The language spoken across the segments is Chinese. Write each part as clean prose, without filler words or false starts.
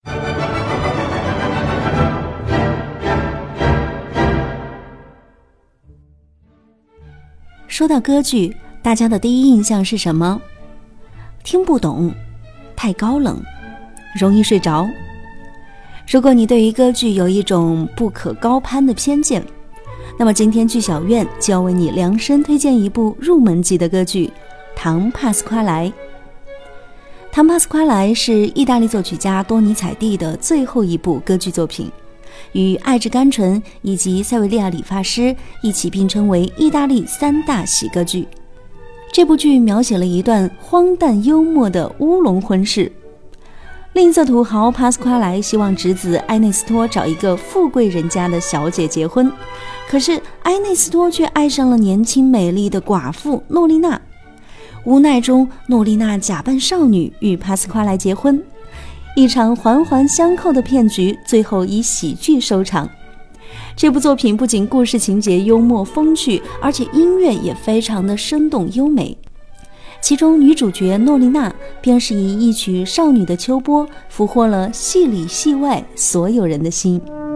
说到歌剧，大家的第一印象是什么？听不懂，太高冷，容易睡着。如果你对于歌剧有一种不可高攀的偏见，那么今天剧小院就要为你量身推荐一部入门级的歌剧《唐帕斯夸莱》。唐帕斯夸莱是意大利作曲家多尼采蒂的最后一部歌剧作品，与爱之甘醇以及塞维利亚理发师一起并称为意大利3大喜歌剧。这部剧描写了一段荒诞幽默的乌龙婚事。吝啬土豪帕斯夸莱希望侄子埃内斯托找一个富贵人家的小姐结婚，可是埃内斯托却爱上了年轻美丽的寡妇诺丽娜。无奈中，诺丽娜假扮少女与帕斯夸莱结婚，一场环环相扣的骗局最后以喜剧收场。这部作品不仅故事情节幽默风趣，而且音乐也非常的生动优美。其中女主角诺丽娜便是以一曲少女的秋波俘获了戏里戏外所有人的心。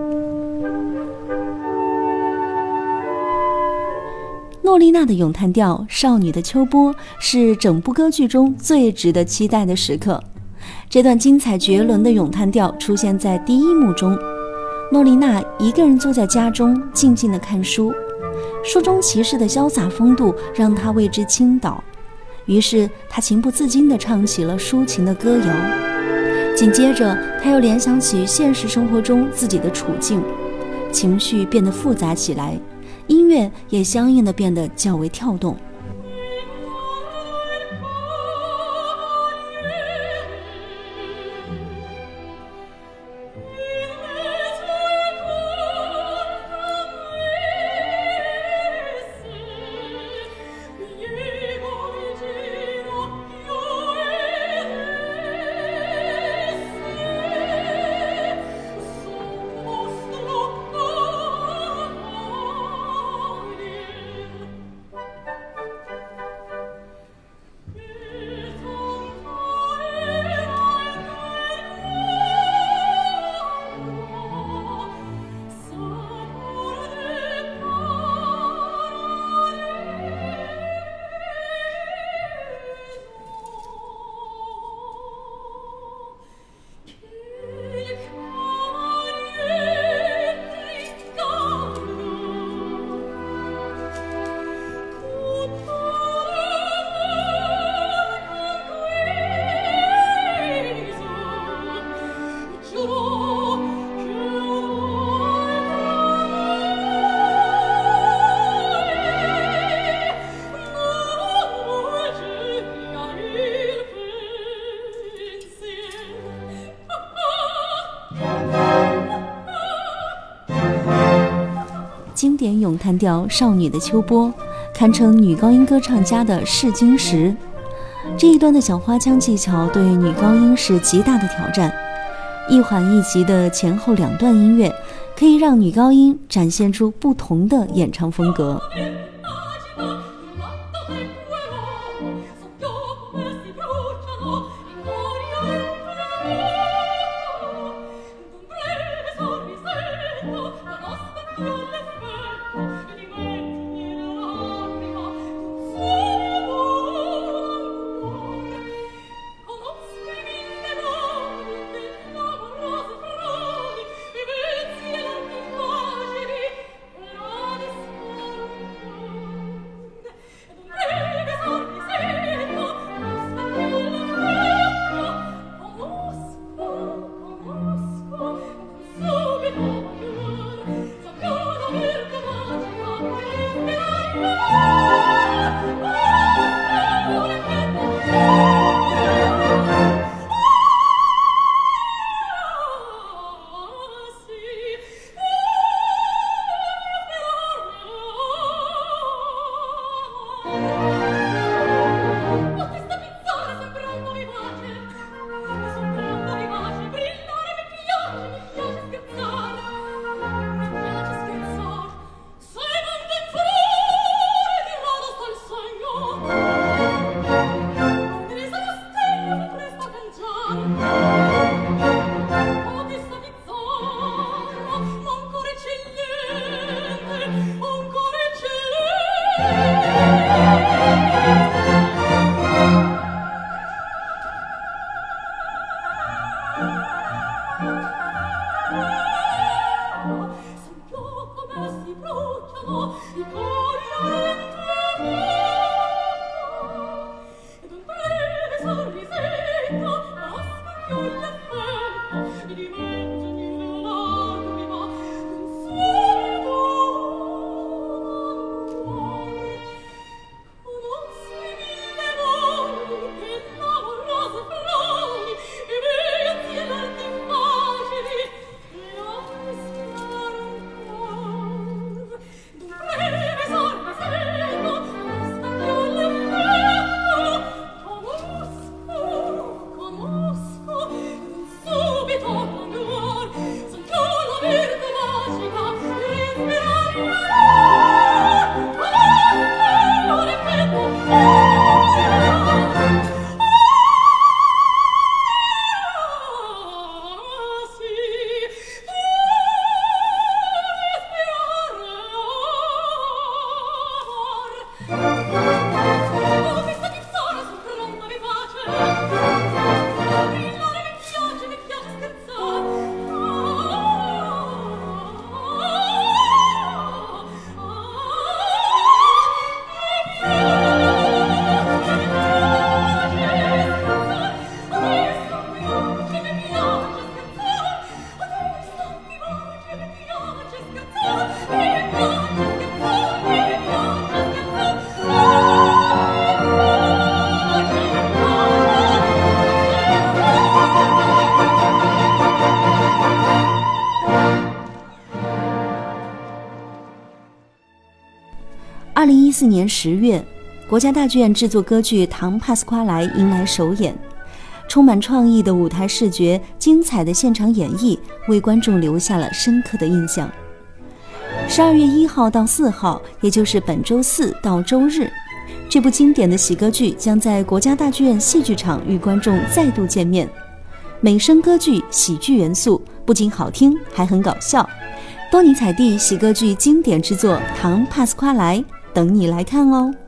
诺丽娜的咏叹调少女的秋波是整部歌剧中最值得期待的时刻。这段精彩绝伦的咏叹调出现在第一幕中，诺丽娜一个人坐在家中静静地看书，书中骑士的潇洒风度让她为之倾倒，于是她情不自禁地唱起了抒情的歌谣。紧接着她又联想起现实生活中自己的处境，情绪变得复杂起来，音乐也相应地变得较为跳动。经典咏叹调少女的秋波堪称女高音歌唱家的试金石。这一段的小花腔技巧对女高音是极大的挑战，一缓一急的前后2段音乐可以让女高音展现出不同的演唱风格。 2014年10月，国家大剧院制作歌剧《唐帕斯夸莱》迎来首演，充满创意的舞台视觉、精彩的现场演绎，为观众留下了深刻的印象。12月1号到4号，也就是本周四到周日，这部经典的喜歌剧将在国家大剧院戏剧场与观众再度见面。美声歌剧，喜剧元素，不仅好听，还很搞笑。多尼采蒂喜歌剧经典之作《唐帕斯夸莱》，等你来看哦。